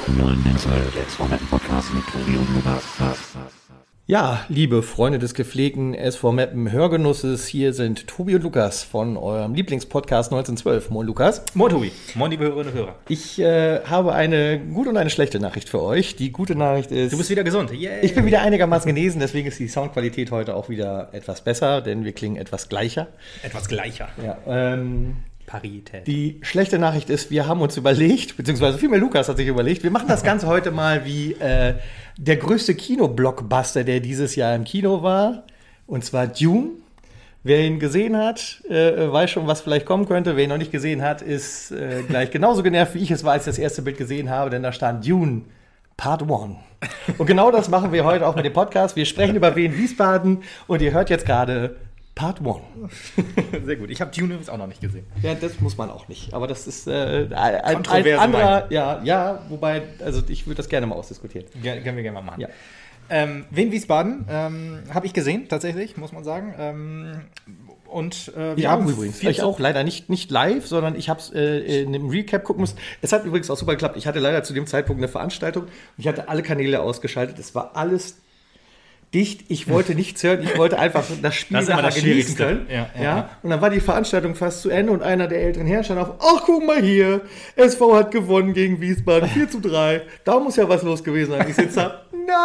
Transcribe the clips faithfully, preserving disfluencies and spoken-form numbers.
Ja, liebe Freunde des gepflegten S V Meppen Hörgenusses, hier sind Tobi und Lukas von eurem Lieblingspodcast neunzehnhundertzwölf. Moin Lukas. Moin Tobi. Moin liebe Hörerinnen und Hörer. Ich äh, habe eine gute und eine schlechte Nachricht für euch. Die gute Nachricht ist... Du bist wieder gesund. Yay. Ich bin wieder einigermaßen genesen, deswegen ist die Soundqualität heute auch wieder etwas besser, denn wir klingen etwas gleicher. Etwas gleicher. Ja, ähm... Parität. Die schlechte Nachricht ist, wir haben uns überlegt, beziehungsweise vielmehr Lukas hat sich überlegt, wir machen das Ganze heute mal wie äh, der größte Kino-Blockbuster, der dieses Jahr im Kino war, und zwar Dune. Wer ihn gesehen hat, äh, weiß schon, was vielleicht kommen könnte. Wer ihn noch nicht gesehen hat, ist äh, gleich genauso genervt, wie ich es war, als ich das erste Bild gesehen habe, denn da stand Dune Part eins. Und genau das machen wir heute auch mit dem Podcast. Wir sprechen über Wien Wiesbaden und ihr hört jetzt gerade Part eins. Sehr gut. Ich habe Dune übrigens auch noch nicht gesehen. Ja, das muss man auch nicht. Aber das ist äh, ein, ein Kontroverse anderer, Meinung. ja, ja, wobei, also ich würde das gerne mal ausdiskutieren. Ja, können wir gerne mal machen. Ja. Ähm, Wien Wiesbaden ähm, habe ich gesehen, tatsächlich, muss man sagen. Ähm, und äh, wir Ich haben auch übrigens. viel Ich auch leider nicht, nicht live, sondern ich habe es äh, in einem Recap gucken müssen. Es hat übrigens auch super geklappt. Ich hatte leider zu dem Zeitpunkt eine Veranstaltung und ich hatte alle Kanäle ausgeschaltet. Es war alles dicht. Ich wollte nichts hören. Ich wollte einfach das Spiel Das ist immer nachher das genießen Schwierigste. können. Ja, ja, Ja, ja. Und dann war die Veranstaltung fast zu Ende und einer der älteren Herren stand auf, ach, guck mal hier, S V hat gewonnen gegen Wiesbaden, vier zu drei. Da muss ja was los gewesen sein. Ich sitze da,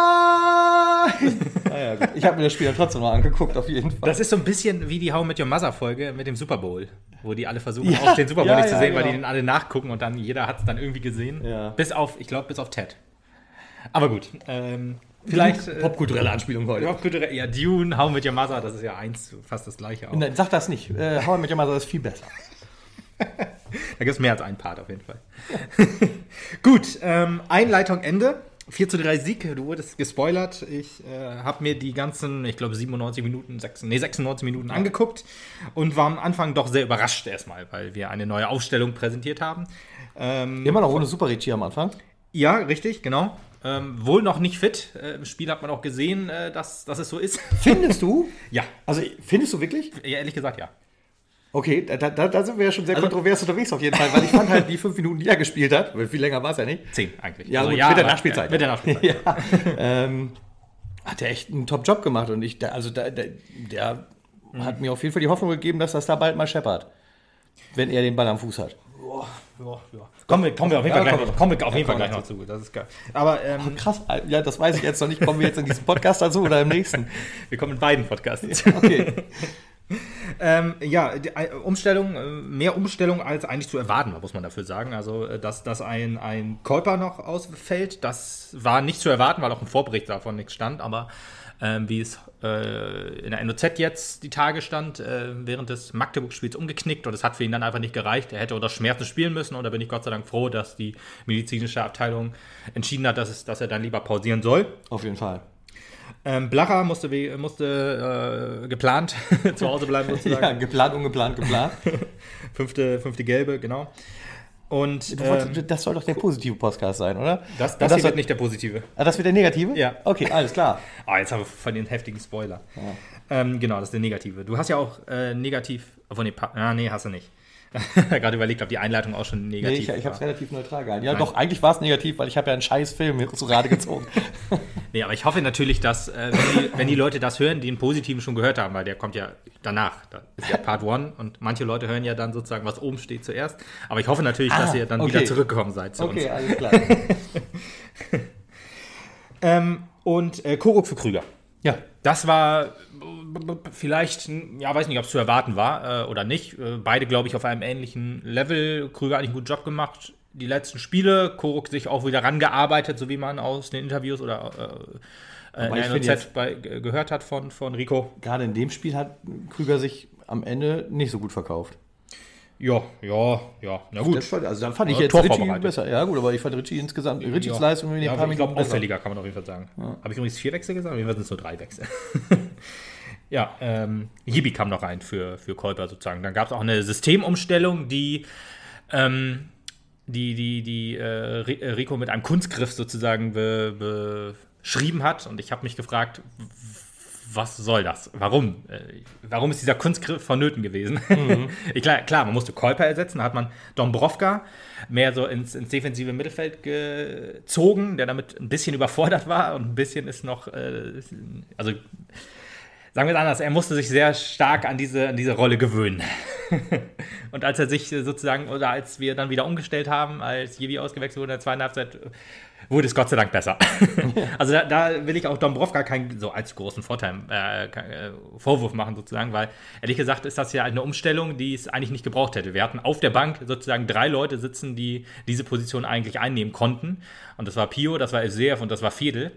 nein! Naja, gut. Ich habe mir das Spiel dann trotzdem mal angeguckt, auf jeden Fall. Das ist so ein bisschen wie die How I Met Your Mother Folge mit dem Super Bowl, wo die alle versuchen, Ja, auch den Super Bowl ja, nicht zu ja, sehen, weil genau. die den alle nachgucken und dann jeder hat es dann irgendwie gesehen. Ja. Bis auf, ich glaube, bis auf Ted. Aber gut. Ähm, vielleicht. äh, Popkulturelle Anspielung heute. Popkulturell- Ja, Dune, How I Met Your Mother, das ist ja eins, fast das gleiche auch. Nein, sag das nicht. Äh, How I Met Your Mother ist viel besser. Da gibt es mehr als einen Part auf jeden Fall. Gut, ähm, Einleitung, Ende. vier zu drei Sieg, du wurdest gespoilert. Ich äh, habe mir die ganzen, ich glaube, siebenundneunzig Minuten, sechs, nee, sechsundneunzig Minuten angeguckt und war am Anfang doch sehr überrascht erstmal, weil wir eine neue Aufstellung präsentiert haben. Ähm, Immer noch ohne Super Ricci am Anfang. ja, richtig, genau. Ähm, wohl noch nicht fit. Äh, Im Spiel hat man auch gesehen, äh, dass, dass es so ist. Findest du? Ja, Also, findest du wirklich? ja, ehrlich gesagt, ja. Okay, da, da, da sind wir ja schon sehr Also- kontrovers unterwegs auf jeden Fall, weil ich fand halt die fünf Minuten, die er gespielt hat, weil viel länger war es ja nicht. Zehn eigentlich. Ja, Also, gut, mit der aber- Nachspielzeit. Ja, mit der Nachspielzeit. ja, ähm, hat er echt einen Top-Job gemacht und ich, da- also da, der, der hat mir auf jeden Fall die Hoffnung gegeben, dass das da bald mal scheppert, wenn er den Ball am Fuß hat. Ja, ja. Kommen wir, kommen wir auf jeden Ja, Fall gleich, kommen wir- noch, kommen wir auf jeden ja, Fall gleich kommen noch zu. Das ist geil. Aber ähm, Krass, ja, das weiß ich jetzt noch nicht. Kommen wir jetzt in diesem Podcast dazu oder im nächsten? wir kommen in beiden Podcasts. Okay. ähm, ja, die äh, Umstellung, äh, mehr Umstellung als eigentlich zu erwarten war, muss man dafür sagen. Also, äh, dass, dass ein, ein Käuper noch ausfällt, das war nicht zu erwarten, weil auch im Vorbericht davon nichts stand. Aber ähm, wie es äh, in der N O Z jetzt die Tage stand, äh, während des Magdeburg-Spiels umgeknickt und es hat für ihn dann einfach nicht gereicht. Er hätte unter Schmerzen spielen müssen und da bin ich Gott sei Dank froh, dass die medizinische Abteilung entschieden hat, dass, es, dass er dann lieber pausieren soll. Auf jeden Fall. Ähm, Blacher musste, we- musste äh, geplant zu Hause bleiben sozusagen. Ja, geplant, ungeplant, geplant. fünfte, fünfte gelbe, genau. Und Du ähm, wolltest- das soll doch der positive Podcast sein, oder? das, das, das hier wird wird- nicht der positive. Ah, das wird der negative? Ja. Okay, alles klar. Ah, jetzt haben wir von den heftigen Spoiler. Ähm, genau, das ist der negative. Du hast ja auch äh, negativ, obwohl, nee, pa- ah, nee, hast du nicht. Gerade überlegt, ob die Einleitung auch schon Nee, negativ ich, ich habe es war. relativ neutral gehalten. Ja, Nein. doch, eigentlich war es negativ, weil ich habe ja einen scheiß Film zu Rate gezogen. Nee, aber ich hoffe natürlich, dass, äh, wenn, die, wenn die Leute das hören, die den positiven schon gehört haben, weil der kommt ja danach. Das ist ja Part eins und manche Leute hören ja dann sozusagen, was oben steht zuerst. Aber ich hoffe natürlich, Ah, dass ihr dann okay. wieder zurückgekommen seid zu Okay, uns. alles klar. Ähm, und äh, Koruk für Krüger. Ja, Das war b- b- vielleicht, ja, weiß nicht, ob es zu erwarten war äh, oder nicht. Äh, beide, glaube ich, auf einem ähnlichen Level. Krüger hat einen guten Job gemacht. Die letzten Spiele, Koruk sich auch wieder rangearbeitet, so wie man aus den Interviews oder äh, äh, in ich der finde N O Z jetzt- bei, g- gehört hat von, von Rico. gerade in dem Spiel hat Krüger sich am Ende nicht so gut verkauft. Ja, ja, ja, na gut. Das fand, also dann fand ich Ja, jetzt Tor Ritchie vorbereitet. besser. Ja gut, aber ich fand Ritchie insgesamt, Ritchies Ja. Leistung in den Ja, paar ich glaube, Minuten besser. auffälliger kann man auf jeden Fall sagen. Habe ich übrigens vier Wechsel gesagt? Auf jeden Fall sind es nur drei Wechsel. Ja, ähm, Hibi kam noch rein für, für Kolper sozusagen. Dann gab es auch eine Systemumstellung, die ähm, die, die, die äh, Ri- äh, Rico mit einem Kunstgriff sozusagen be, beschrieben hat. Und ich habe mich gefragt, w- was soll das? Warum? Äh, warum ist dieser Kunstgriff vonnöten gewesen? Mhm. ich, klar, klar, man musste Kuiper ersetzen, da hat man Dombrovka mehr so ins, ins defensive Mittelfeld gezogen, der damit ein bisschen überfordert war und ein bisschen ist noch, äh, also sagen wir es anders, er musste sich sehr stark an diese, an diese Rolle gewöhnen. Und als er sich sozusagen, oder als wir dann wieder umgestellt haben, als Jivi ausgewechselt wurde in der zweiten Halbzeit, wurde es Gott sei Dank besser. Also da, da will ich auch Dombrovka keinen so allzu großen Vorteil, äh, keinen Vorwurf machen sozusagen, weil ehrlich gesagt ist das ja eine Umstellung, die es eigentlich nicht gebraucht hätte. Wir hatten auf der Bank sozusagen drei Leute sitzen, die diese Position eigentlich einnehmen konnten. Und das war Pio, das war Evseev und das war Fedel.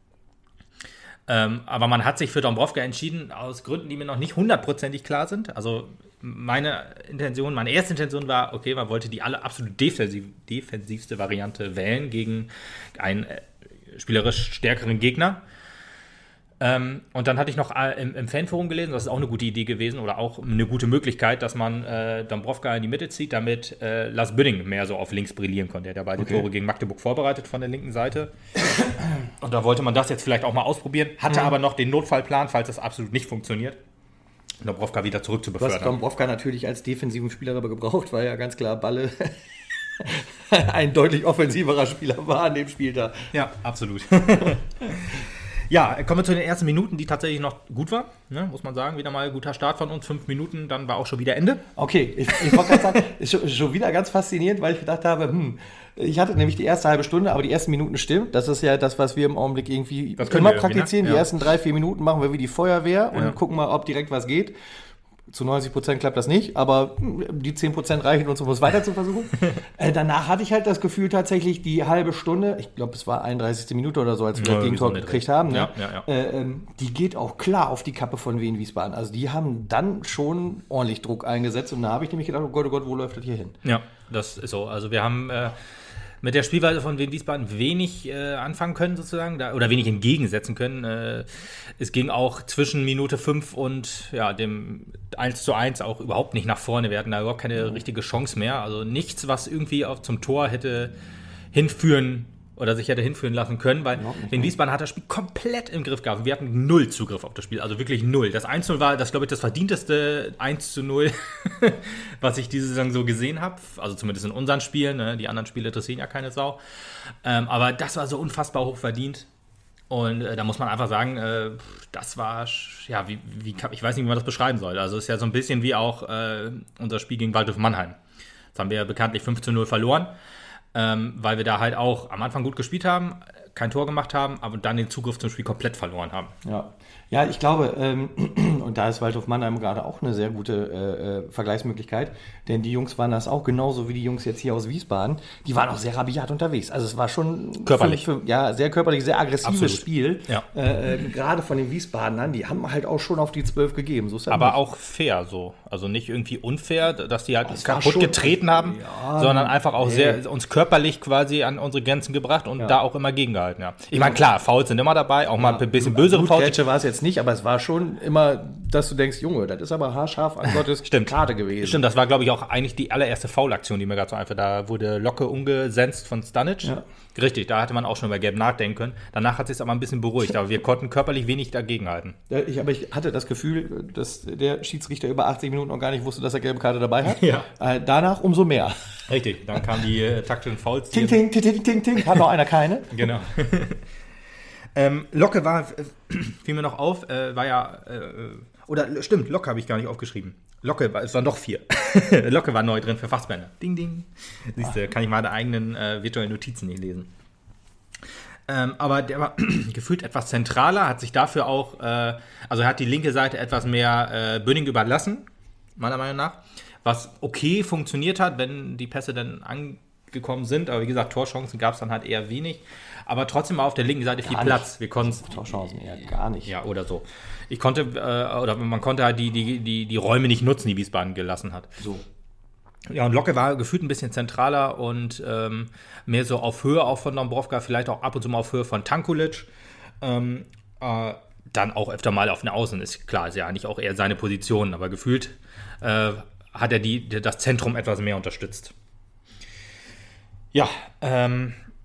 Ähm, aber man hat sich für Dombrovka entschieden, aus Gründen, die mir noch nicht hundertprozentig klar sind. Also meine Intention, meine erste Intention war, okay, man wollte die alle absolut defensiv, defensivste Variante wählen gegen einen äh, spielerisch stärkeren Gegner. Ähm, und dann hatte ich noch äh, im, im Fanforum gelesen, das ist auch eine gute Idee gewesen oder auch eine gute Möglichkeit, dass man äh, Dombrovka in die Mitte zieht, damit äh, Lars Büdding mehr so auf links brillieren konnte. Er hat ja beide okay. Tore gegen Magdeburg vorbereitet von der linken Seite. Und da wollte man das jetzt vielleicht auch mal ausprobieren, hatte mhm. aber noch den Notfallplan, falls das absolut nicht funktioniert, Dombrovka wieder zurück zu befördern. Was Dombrovka natürlich als defensiven Spieler aber gebraucht, weil ja ganz klar Balle ein deutlich offensiverer Spieler war an dem Spieltag. Ja, absolut. Ja, kommen wir zu den ersten Minuten, die tatsächlich noch gut waren, ne, muss man sagen. Wieder mal ein guter Start von uns, fünf Minuten, dann war auch schon wieder Ende. Okay, ich, ich wollte gerade sagen, ist schon, schon wieder ganz faszinierend, weil ich gedacht habe, hm, ich hatte nämlich die erste halbe Stunde, aber die ersten Minuten stimmt. Das ist ja das, was wir im Augenblick irgendwie immer praktizieren. Ne? Ja. Die ersten drei, vier Minuten machen wir wie die Feuerwehr und ja. gucken mal, ob direkt was geht. Zu neunzig Prozent klappt das nicht, aber die zehn Prozent reichen uns, um es weiter zu versuchen. äh, danach hatte ich halt das Gefühl, tatsächlich die halbe Stunde, ich glaube, es war einunddreißigste Minute oder so, als wir ja, das Gegentor gekriegt haben, ne? ja, ja, ja. Äh, ähm, die geht auch klar auf die Kappe von Wien Wiesbaden. Also die haben dann schon ordentlich Druck eingesetzt und da habe ich nämlich gedacht, oh Gott, oh Gott, wo läuft das hier hin? Ja, das ist so. Also wir haben äh, mit der Spielweise von Wien Wiesbaden wenig äh, anfangen können sozusagen, da, oder wenig entgegensetzen können. Äh, es ging auch zwischen Minute fünf und ja, dem eins zu eins auch überhaupt nicht nach vorne. Wir hatten da überhaupt keine richtige Chance mehr. Also nichts, was irgendwie auf, zum Tor hätte hinführen oder sich hätte hinführen lassen können, weil Wien Wiesbaden hat das Spiel komplett im Griff gehabt. Wir hatten null Zugriff auf das Spiel, also wirklich null. Das eins zu null war, das glaube ich, das verdienteste eins zu null, was ich diese Saison so gesehen habe. Also zumindest in unseren Spielen, ne? Die anderen Spiele interessieren ja keine Sau. Ähm, aber das war so unfassbar hoch verdient. Und äh, da muss man einfach sagen, äh, das war, ja, wie, wie, ich weiß nicht, wie man das beschreiben soll. Also es ist ja so ein bisschen wie auch äh, unser Spiel gegen Waldhof Mannheim. Das haben wir ja bekanntlich fünf zu null verloren. Ähm, weil wir da halt auch am Anfang gut gespielt haben, kein Tor gemacht haben, aber dann den Zugriff zum Spiel komplett verloren haben. Ja, ja ich glaube, ähm, und da ist Waldhof Mannheim gerade auch eine sehr gute äh, Vergleichsmöglichkeit, denn die Jungs waren das auch genauso wie die Jungs jetzt hier aus Wiesbaden. Die waren auch sehr rabiat unterwegs. Also es war schon körperlich. Für, für, ja, sehr körperlich, sehr aggressives Absolut. Spiel. Ja. Äh, gerade von den Wiesbadenern, die haben halt auch schon auf die zwölf gegeben. So ist aber nicht. Auch fair so. Also nicht irgendwie unfair, dass die halt das kaputt schon, getreten haben, ja, sondern einfach auch nee. sehr uns körperlich quasi an unsere Grenzen gebracht und ja. da auch immer gegengehalten. Ja. Ich meine, klar, Fouls sind immer dabei, auch ja. mal ein bisschen bösere Fouls. Blutgrätsche war es jetzt nicht, aber es war schon immer, dass du denkst, Junge, das ist aber haarscharf an Gottes Karte gewesen. Stimmt, das war, glaube ich, auch eigentlich die allererste Foul-Aktion, die mir gerade so einfach, da wurde Locke umgesetzt von Stanic. Ja. Richtig, da hatte man auch schon über Gelb nachdenken können. Danach hat es sich aber ein bisschen beruhigt, aber wir konnten körperlich wenig dagegenhalten. Ja, ich, aber ich hatte das Gefühl, dass der Schiedsrichter über achtzig Minuten noch gar nicht wusste, dass er gelbe Karte dabei hat. Ja. Äh, danach umso mehr. Richtig, dann kamen die äh, taktischen Fouls. Ting, ting, ting, ting, ting, ting. Hat noch einer keine? Genau. ähm, Locke war, äh, fiel mir noch auf, äh, war ja, äh, oder stimmt, Locke habe ich gar nicht aufgeschrieben. Locke, es waren doch vier. Locke war neu drin für Fassbänder. Ding, ding. Siehst du, kann ich meine eigenen äh, virtuellen Notizen nicht lesen. Ähm, aber der war gefühlt etwas zentraler, hat sich dafür auch, äh, also er hat die linke Seite etwas mehr äh, Böning überlassen, meiner Meinung nach. Was okay funktioniert hat, wenn die Pässe dann angekommen sind. Aber wie gesagt, Torchancen gab es dann halt eher wenig. Aber trotzdem war auf der linken Seite viel Platz. Wir konnten Torchancen eher gar nicht. Ja, oder so. Ich konnte, äh, oder man konnte halt die, die, die, die Räume nicht nutzen, die Wiesbaden gelassen hat. So. Ja, und Locke war gefühlt ein bisschen zentraler und ähm, mehr so auf Höhe auch von Dombrovka, vielleicht auch ab und zu mal auf Höhe von Tankulic. Ähm, äh, dann auch öfter mal auf den Außen, ist klar, ist ja eigentlich auch eher seine Position, aber gefühlt äh, hat er die, das Zentrum etwas mehr unterstützt. Ja, ähm,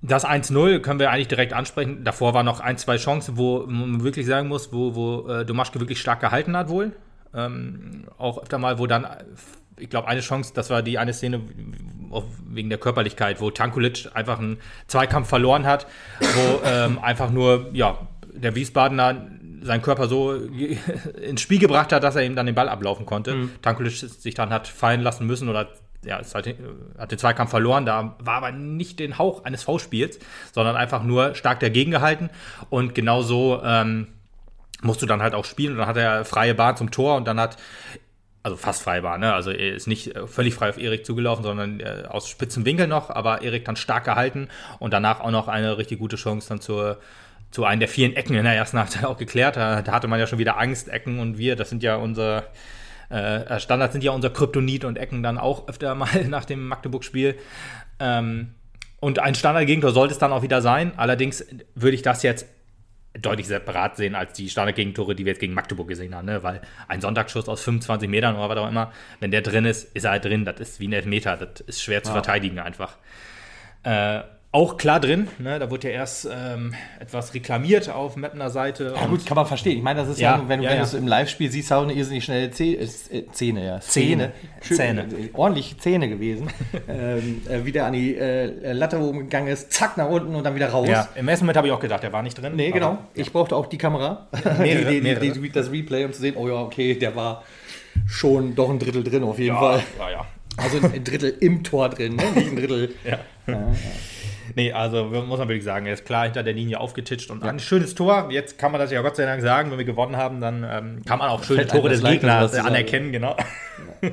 Das eins null können wir eigentlich direkt ansprechen. Davor waren noch ein, zwei Chancen, wo man wirklich sagen muss, wo, wo äh, Domaschke wirklich stark gehalten hat wohl. Ähm, auch öfter mal, wo dann, ich glaube, eine Chance, das war die eine Szene auch wegen der Körperlichkeit, wo Tankulic einfach einen Zweikampf verloren hat, wo ähm, einfach nur, ja, der Wiesbadener seinen Körper so ins Spiel gebracht hat, dass er ihm dann den Ball ablaufen konnte. Mhm. Tankulic sich dann hat fallen lassen müssen oder ja, es hat, hat den Zweikampf verloren, da war aber nicht den Hauch eines Foulspiels, sondern einfach nur stark dagegen gehalten und genau so ähm, musst du dann halt auch spielen und dann hat er freie Bahn zum Tor und dann hat, also fast freie Bahn, ne? Also er ist nicht völlig frei auf Erik zugelaufen, sondern äh, aus spitzen Winkel noch, aber Erik dann stark gehalten und danach auch noch eine richtig gute Chance dann zur zu einem der vielen Ecken in der ersten Halbzeit auch geklärt. Da, da hatte man ja schon wieder Angst, Ecken und wir, das sind ja unser Äh, Standards sind ja unser Kryptonit und Ecken dann auch öfter mal nach dem Magdeburg-Spiel. Ähm, und ein Standardgegentor sollte es dann auch wieder sein. Allerdings würde ich das jetzt deutlich separat sehen als die Standardgegentore, die wir jetzt gegen Magdeburg gesehen haben. Ne? Weil ein Sonntagsschuss aus fünfundzwanzig Metern oder was auch immer, wenn der drin ist, ist er halt drin. Das ist wie ein Elfmeter. Das ist schwer zu ja. verteidigen einfach. Äh, Auch klar drin, ne? Da wurde ja erst ähm, etwas reklamiert auf Mapner Seite. Ja gut, kann man verstehen. Ich meine, das ist ja, ja wenn du ja, ja. es im Live-Spiel siehst, auch eine irrsinnig schnelle Zähne, äh, Zähne, ja. Zähne. Schön, Zähne. Äh, ordentliche Zähne gewesen. ähm, äh, wie der an die äh, Latte oben gegangen ist, zack, nach unten und dann wieder raus. Ja, im ersten Moment habe ich auch gedacht, der war nicht drin. Nee, genau. Aber, ja. Ich brauchte auch die Kamera, mehrere, die, die, mehrere. Die, die, das Replay, um zu sehen, oh ja, okay, der war schon doch ein Drittel drin auf jeden ja, Fall. Ja, ja. Also ein Drittel im Tor drin, ne? Nicht ein Drittel. ja. ja, ja. Nee, also muss man wirklich sagen, er ist klar hinter der Linie aufgetitscht und ja. ein schönes Tor. Jetzt kann man das ja Gott sei Dank sagen, wenn wir gewonnen haben, dann ähm, kann man auch schöne Tore des Gegners anerkennen, genau. Ja,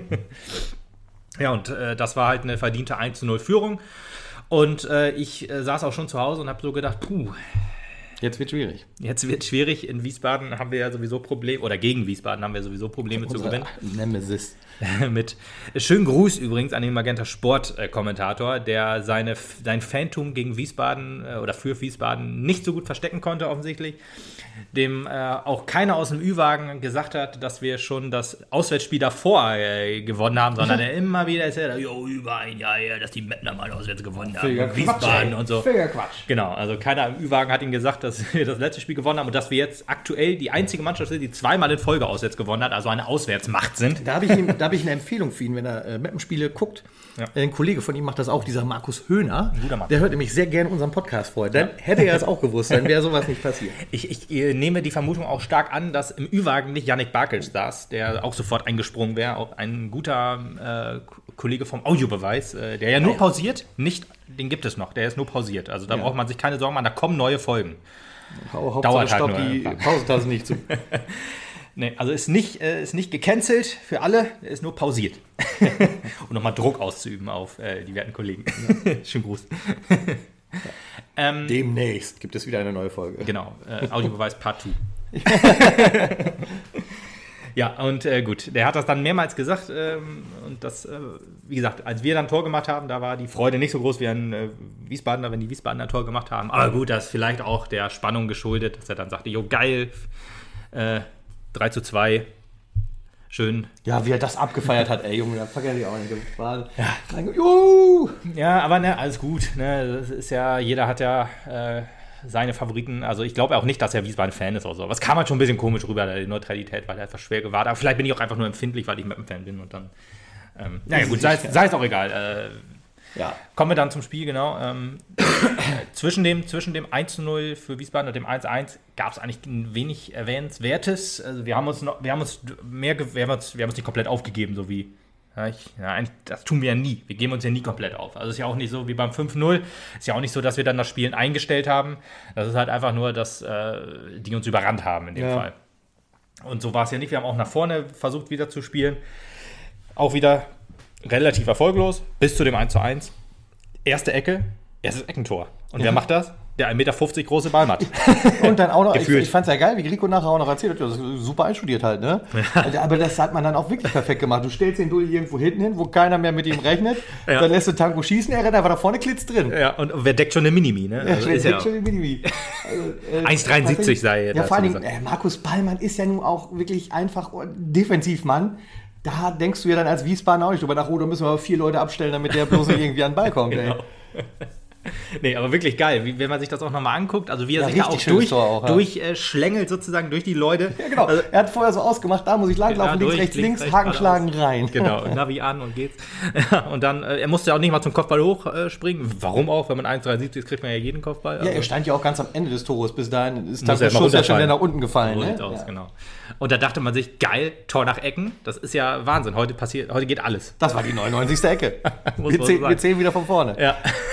ja und äh, das war halt eine verdiente eins zu null Führung. Und äh, ich äh, saß auch schon zu Hause und habe so gedacht, puh, jetzt wird schwierig. Jetzt wird schwierig. In Wiesbaden haben wir ja sowieso Probleme, oder gegen Wiesbaden haben wir sowieso Probleme zu gewinnen. Nemesis. Mit schönen Gruß übrigens an den Magenta Sport-Kommentator, der seine, sein Fantum gegen Wiesbaden äh, oder für Wiesbaden nicht so gut verstecken konnte offensichtlich. Dem äh, auch keiner aus dem Ü-Wagen gesagt hat, dass wir schon das Auswärtsspiel davor äh, gewonnen haben, sondern er immer wieder erzählt, jo, Ü-Wagen, ja, ja, dass die Mettner mal auswärts gewonnen haben. Völliger Wiesbaden Quatsch, und so. Völliger Quatsch. Genau, also keiner im Ü-Wagen hat ihm gesagt, dass wir das letzte Spiel gewonnen haben und dass wir jetzt aktuell die einzige Mannschaft sind, die zweimal in Folge auswärts gewonnen hat, also eine Auswärtsmacht sind. Da habe ich, ihm, da hab ich eine Empfehlung für ihn, wenn er äh, Mappenspiele guckt. Ja. Ein Kollege von ihm macht das auch, dieser Markus Höhner. Ein guter Mann. Der hört nämlich sehr gerne unseren Podcast vor. Dann ja. hätte er es auch gewusst, dann wäre sowas nicht passiert. Ich, ich äh, nehme die Vermutung auch stark an, dass im Ü-Wagen nicht Yannick Barkic saß, der auch sofort eingesprungen wäre. Auch ein guter äh, Kollege vom Audiobeweis, äh, der ja nur pausiert. Nicht, den gibt es noch, der ist nur pausiert. Also da ja. braucht man sich keine Sorgen machen, da kommen neue Folgen. Hau, Dauert halt nur. Die Pausentaste nicht zu. Nee, also ist nicht, äh, ist nicht gecancelt für alle, ist nur pausiert. Um nochmal Druck auszuüben auf äh, die werten Kollegen. Ja. Schönen Gruß. Ja. ähm, Demnächst gibt es wieder eine neue Folge. Genau, äh, Audiobeweis Part zwei. Ja, und äh, gut, der hat das dann mehrmals gesagt. Ähm, und das, äh, wie gesagt, als wir dann Tor gemacht haben, da war die Freude nicht so groß wie ein äh, Wiesbadener, wenn die Wiesbadener Tor gemacht haben. Aber gut, das ist vielleicht auch der Spannung geschuldet, dass er dann sagte, jo, geil, äh, drei zu zwei. Schön. Ja, wie er das abgefeiert hat, ey, Junge, da vergesse ich auch nicht. Ja. Juhu! Ja, aber ne, alles gut. Ne, das ist ja, jeder hat ja äh, seine Favoriten. Also ich glaube auch nicht, dass er Wiesbaden-Fan ist oder so. Aber es kam halt schon ein bisschen komisch rüber, die Neutralität, weil er etwas schwer gewahrt. Aber vielleicht bin ich auch einfach nur empfindlich, weil ich Mappen-Fan bin und dann. Ähm, naja, gut, sei, sei es auch egal. Äh, Ja. Kommen wir dann zum Spiel, genau. Ähm, zwischen, dem, zwischen dem eins zu null für Wiesbaden und dem eins zu eins gab es eigentlich ein wenig Erwähnenswertes. Also wir haben uns noch, wir haben uns mehr, wir haben uns, wir haben uns nicht komplett aufgegeben, so wie, ja, ich, ja, eigentlich, das tun wir ja nie. Wir geben uns ja nie komplett auf. Also es ist ja auch nicht so wie beim fünf null. Es ist ja auch nicht so, dass wir dann das Spielen eingestellt haben. Das ist halt einfach nur, dass äh, die uns überrannt haben in dem ja. Fall. Und so war es ja nicht. Wir haben auch nach vorne versucht, wieder zu spielen. Auch wieder relativ erfolglos, bis zu dem eins zu eins. Erste Ecke, erstes Eckentor. Und ja. wer macht das? Der ein Meter fünfzig große Ballmatt. Und dann auch noch, ich, ich fand's ja geil, wie Rico nachher auch noch erzählt hat, das ist super einstudiert halt, ne? Ja. Aber das hat man dann auch wirklich perfekt gemacht. Du stellst den Dulli irgendwo hinten hin, wo keiner mehr mit ihm rechnet, ja. dann lässt du Tanko schießen, er rennt einfach da vorne, klitz drin. Ja, und wer deckt schon eine Minimi, ne? Ja, also wer ist deckt ja schon eine Minimi. Also, äh, eins Komma dreiundsiebzig sei jetzt. Ja, vor allen Dingen, äh, Markus Ballmann ist ja nun auch wirklich einfach Defensivmann. Da denkst du ja dann als Wiesbaden auch nicht drüber nach, oh, da müssen wir aber vier Leute abstellen, damit der bloß nicht irgendwie an den Ball kommt. Genau. Ey. Nee, aber wirklich geil, wie, wenn man sich das auch nochmal anguckt, also wie er Ja, sich da auch richtig schönes durch, Tor auch, ja. durchschlängelt sozusagen durch die Leute. Ja, genau. Also, er hat vorher so ausgemacht, da muss ich langlaufen, Ja, links, durch, rechts, links, rechts, Haken geradeaus. schlagen, rein. Genau, Navi an und geht's. Und dann, äh, er musste ja auch nicht mal zum Kopfball hochspringen. Warum auch? Wenn man eins Komma dreiundsiebzig ist, kriegt man ja jeden Kopfball. Ja, Also, er stand ja auch ganz am Ende des Tores. Bis dahin ist Muss der er mal Schuss ja schon runterfallen. wieder nach unten gefallen. so Ne? sieht's aus, Ja. genau. Und da dachte man sich, geil, Tor nach Ecken. Das ist ja Wahnsinn. Heute passiert, heute geht alles. Das war die neunundneunzigste Ecke. Muss wir, man zäh so sagen. wir zählen wieder von vorne. Ja.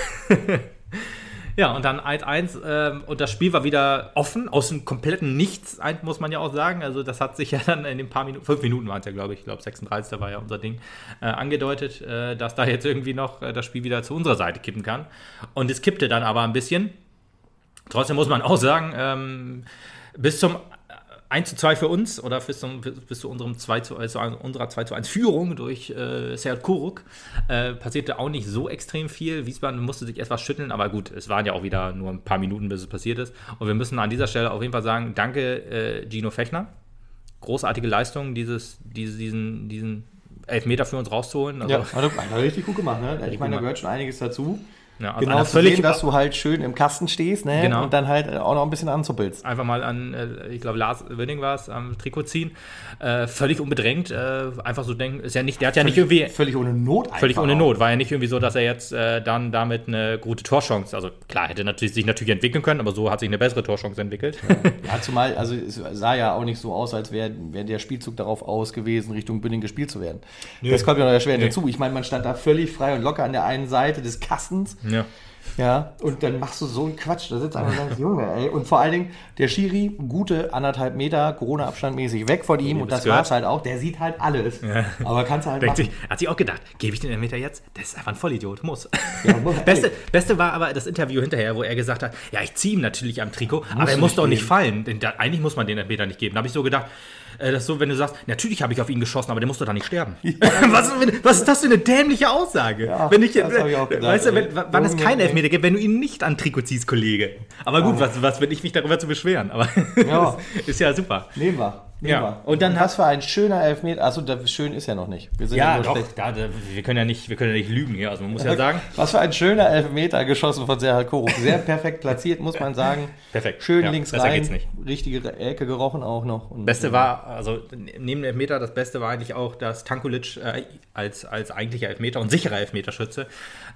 Ja, und dann eins eins ähm, und das Spiel war wieder offen, aus dem kompletten Nichts, ein- muss man ja auch sagen. Also das hat sich ja dann in den paar Minuten, fünf Minuten waren es ja, glaube ich, ich glaube sechsunddreißig war ja unser Ding, äh, angedeutet, äh, dass da jetzt irgendwie noch äh, das Spiel wieder zu unserer Seite kippen kann. Und es kippte dann aber ein bisschen. Trotzdem muss man auch sagen, ähm, bis zum eins zu zwei für uns oder bis, zum, bis zu unserem zwei zu, also unserer zwei zu eins Führung durch äh, Serdar Korkut äh, passierte auch nicht so extrem viel. Wiesbaden musste sich etwas schütteln, aber gut, es waren ja auch wieder nur ein paar Minuten, bis es passiert ist. Und wir müssen an dieser Stelle auf jeden Fall sagen, danke äh, Gino Fechner. Großartige Leistung, dieses, diese, diesen, diesen Elfmeter für uns rauszuholen. Also, Ja, hat er, hat er richtig gut gemacht. Ne? Ich meine, da gemacht. gehört schon einiges dazu. ja, aus Genau einer zu völlig sehen, dass du halt schön im Kasten stehst, ne? Genau. Und dann halt auch noch ein bisschen anzuppelst. einfach mal an, äh, ich glaube, Lars Winning war es, am Trikot ziehen. Äh, völlig unbedrängt. Äh, einfach so denken, ist ja nicht, der hat ja nicht irgendwie. Völlig ohne Not einfach. Völlig ohne auch. Not. War ja nicht irgendwie so, dass er jetzt äh, dann damit eine gute Torchance, also klar, hätte natürlich, sich natürlich entwickeln können, aber so hat sich eine bessere Torchance entwickelt. Ja, zumal, also es sah ja auch nicht so aus, als wäre wär der Spielzug darauf aus gewesen, Richtung Bünding gespielt zu werden. Nö. Das kommt ja noch erschwerend Nee. dazu. Ich meine, man stand da völlig frei und locker an der einen Seite des Kastens. Ja. Ja, und dann machst du so einen Quatsch. Da sitzt einer und sagt, Junge, ey. Und vor allen Dingen, der Schiri, gute anderthalb Meter, Corona-Abstand mäßig weg von ihm. wie Und das das gehört. war's halt auch. Der sieht halt alles. Ja. Aber kannst du halt Denkt machen. sich, hat sich auch gedacht, gebe ich den Elfmeter jetzt? Das ist einfach ein Vollidiot, muss. Ja, muss, Beste, Beste war aber das Interview hinterher, wo er gesagt hat, ja, ich ziehe ihm natürlich am Trikot, aber er du muss nicht doch nicht geben. fallen. Denn da, eigentlich muss man den Elfmeter nicht geben. Da habe ich so gedacht, äh, das ist so, wenn du sagst, natürlich habe ich auf ihn geschossen, aber der muss doch da nicht sterben. was, ist- was ist das für eine dämliche Aussage? Ja, wenn ich, das hab ich auch gedacht, weißt du, wenn, ey. wann es Junge, keinen ey. Elfmeter gibt, wenn du ihn nicht an Trikot ziehst, Kollege. Aber gut, was, was bin ich mich darüber zu beschweren? Aber Ja. ist ja super. Nehmen wir. Nehmen Ja, wir. und dann was für ein schöner Elfmeter. Achso, das schön ist ja noch nicht. Wir sind Ja, nur doch, schlecht. da, da, wir, können ja nicht, wir können ja nicht lügen hier. Also man muss ja sagen, Was für ein schöner Elfmeter geschossen von Serdar Korkut. Sehr perfekt platziert, muss man sagen. Perfekt. Schön Ja, links besser rein. geht's nicht. Richtige Ecke gerochen auch noch. Und Beste war, also neben dem Elfmeter, das Beste war eigentlich auch, dass Tankulic äh, als, als eigentlicher Elfmeter und sicherer Elfmeterschütze,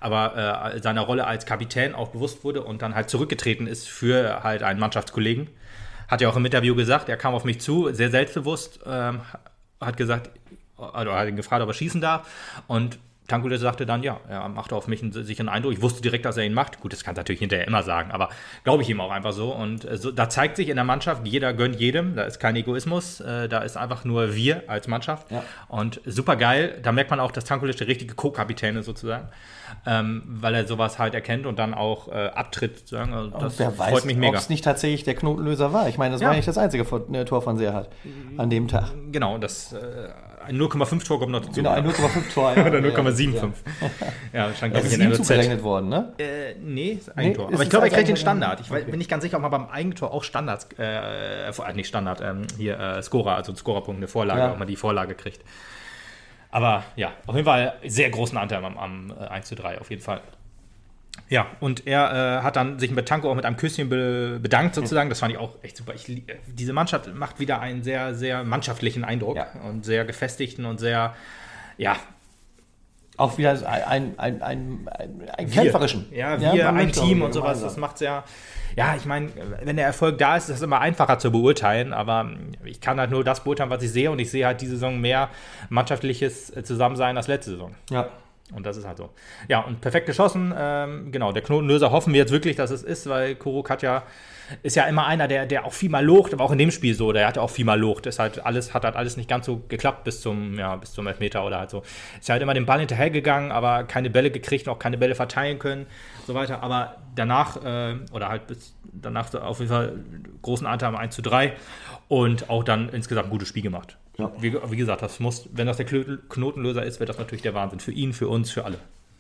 aber äh, seiner Rolle als Kapitän auch bewusst wurde und dann halt zurückgetreten ist für halt einen Mannschaftskollegen. Hat ja auch im Interview gesagt, er kam auf mich zu, sehr selbstbewusst, ähm, hat gesagt, also hat ihn gefragt, ob er schießen darf und Tankulic sagte dann, ja, er machte auf mich einen sicheren Eindruck. Ich wusste direkt, dass er ihn macht. Gut, das kann er natürlich hinterher immer sagen, aber glaube ich ihm auch einfach so. Und äh, so, da zeigt sich in der Mannschaft, jeder gönnt jedem. Da ist kein Egoismus. Äh, da ist einfach nur wir als Mannschaft. Ja. Und super geil. Da merkt man auch, dass Tankulic der richtige Co-Kapitän ist sozusagen. Ähm, weil er sowas halt erkennt und dann auch äh, abtritt. Sozusagen. Also das Und wer weiß, freut mich ob mega. es nicht tatsächlich der Knotenlöser war. Ich meine, das Ja. war nicht das einzige von, äh, Tor von Serdar an dem Tag. Genau, das äh, ein null Komma fünf Tor kommt noch dazu. Genau, ein null Komma fünf Tor. Ja. Oder null Komma siebenundfünfzig. Ja, ja stand, glaube Das ich, ist in ihm der zugerechnet worden, ne? Äh, nee, ist Nee, Eigentor. ist Aber ich es glaube, er als kriegt den Eigentor? Standard. Ich weiß- Okay. bin nicht ganz sicher, ob man beim Eigentor auch Standards, äh, äh, nicht Standard, ähm, hier äh, Scorer, also ein Scorerpunkt, eine Vorlage, Ja. ob man die Vorlage kriegt. Aber ja, auf jeden Fall sehr großen Anteil am, am äh, eins zu drei, auf jeden Fall. Ja, und er äh, hat dann sich mit Tanko auch mit einem Küsschen be bedankt sozusagen. Das fand ich auch echt super. Ich, lie- äh, diese Mannschaft macht wieder einen sehr, sehr mannschaftlichen Eindruck Ja. und sehr gefestigten und sehr, ja, Auch wieder ein, ein, ein, ein, ein Wir. kämpferischen. Ja, wir, man ein möchte Team auch und sowas, gemeinsam. das macht ja. Ja, ich meine, wenn der Erfolg da ist, ist das immer einfacher zu beurteilen, aber ich kann halt nur das beurteilen, was ich sehe und ich sehe halt diese Saison mehr mannschaftliches Zusammensein als letzte Saison. Ja. Und das ist halt so. Ja, und perfekt geschossen. Ähm, genau, der Knotenlöser hoffen wir jetzt wirklich, dass es ist, weil Korkut hat ja, ist ja immer einer, der, der auch viel mal locht, aber auch in dem Spiel so, der hat ja auch viel mal locht. Ist halt alles, hat halt alles nicht ganz so geklappt bis zum, ja, bis zum Elfmeter oder halt so. Ist halt immer den Ball hinterhergegangen, aber keine Bälle gekriegt, auch keine Bälle verteilen können, so weiter. Aber danach, äh, oder halt bis danach auf jeden Fall großen Anteil am eins zu drei und auch dann insgesamt ein gutes Spiel gemacht. Ja. Wie, wie gesagt, das muss, wenn das der Klö- Knotenlöser ist, wird das natürlich der Wahnsinn. Für ihn, für uns, für alle.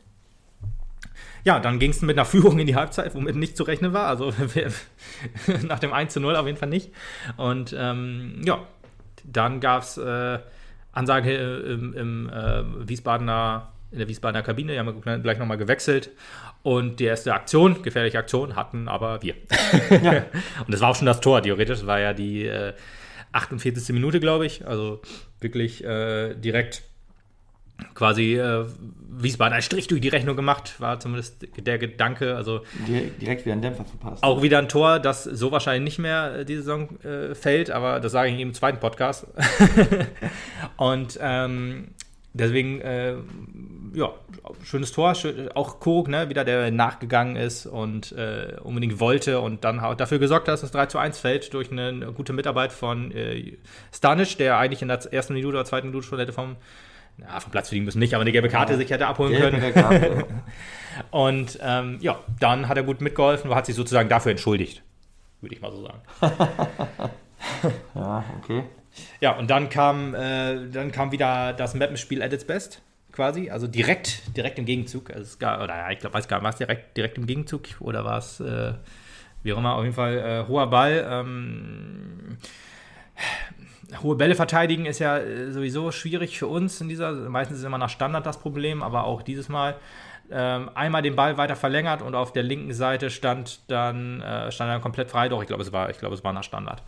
Ja, dann ging es mit einer Führung in die Halbzeit, womit nicht zu rechnen war. Also nach dem eins zu null auf jeden Fall nicht. Und ähm, ja, dann gab es äh, Ansage im, im äh, Wiesbadener in der Wiesbadener Kabine. Die haben wir gleich nochmal gewechselt. Und die erste Aktion, gefährliche Aktion, hatten aber wir. Ja. Und das war auch schon das Tor, theoretisch. Das war ja die äh, achtundvierzigste Minute, glaube ich. Also wirklich äh, direkt quasi äh, Wiesbaden einen Strich durch die Rechnung gemacht, war zumindest der Gedanke. Also direkt wieder einen Dämpfer verpasst. Auch wieder ein Tor, das so wahrscheinlich nicht mehr diese Saison äh, fällt, aber das sage ich im zweiten Podcast. Und ähm, deswegen, äh, ja, schönes Tor, schön, auch Kork, ne, wieder der nachgegangen ist und äh, unbedingt wollte und dann auch dafür gesorgt hat, dass das drei zu eins fällt durch eine gute Mitarbeit von äh, Stanic, der eigentlich in der ersten Minute oder zweiten Minute schon hätte vom Ja, vom Platz fliegen müssen nicht, aber eine gelbe Karte ja. sich hätte abholen Gelb können. Karte, ja. Und ähm, ja, dann hat er gut mitgeholfen, hat sich sozusagen dafür entschuldigt, würde ich mal so sagen. Ja, okay. Ja, und dann kam, äh, dann kam wieder das Mappenspiel at its best, quasi, also direkt, direkt im Gegenzug. Also es gab, oder ja, ich glaube, weiß gar nicht, war es direkt, direkt im Gegenzug oder war es, äh, wie auch immer, auf jeden Fall äh, hoher Ball. Ähm, Hohe Bälle verteidigen ist ja sowieso schwierig für uns in dieser, meistens ist immer nach Standard das Problem, aber auch dieses Mal ähm, einmal den Ball weiter verlängert und auf der linken Seite stand dann, äh, stand dann komplett frei, doch ich glaube es war, ich glaube es war nach Standard.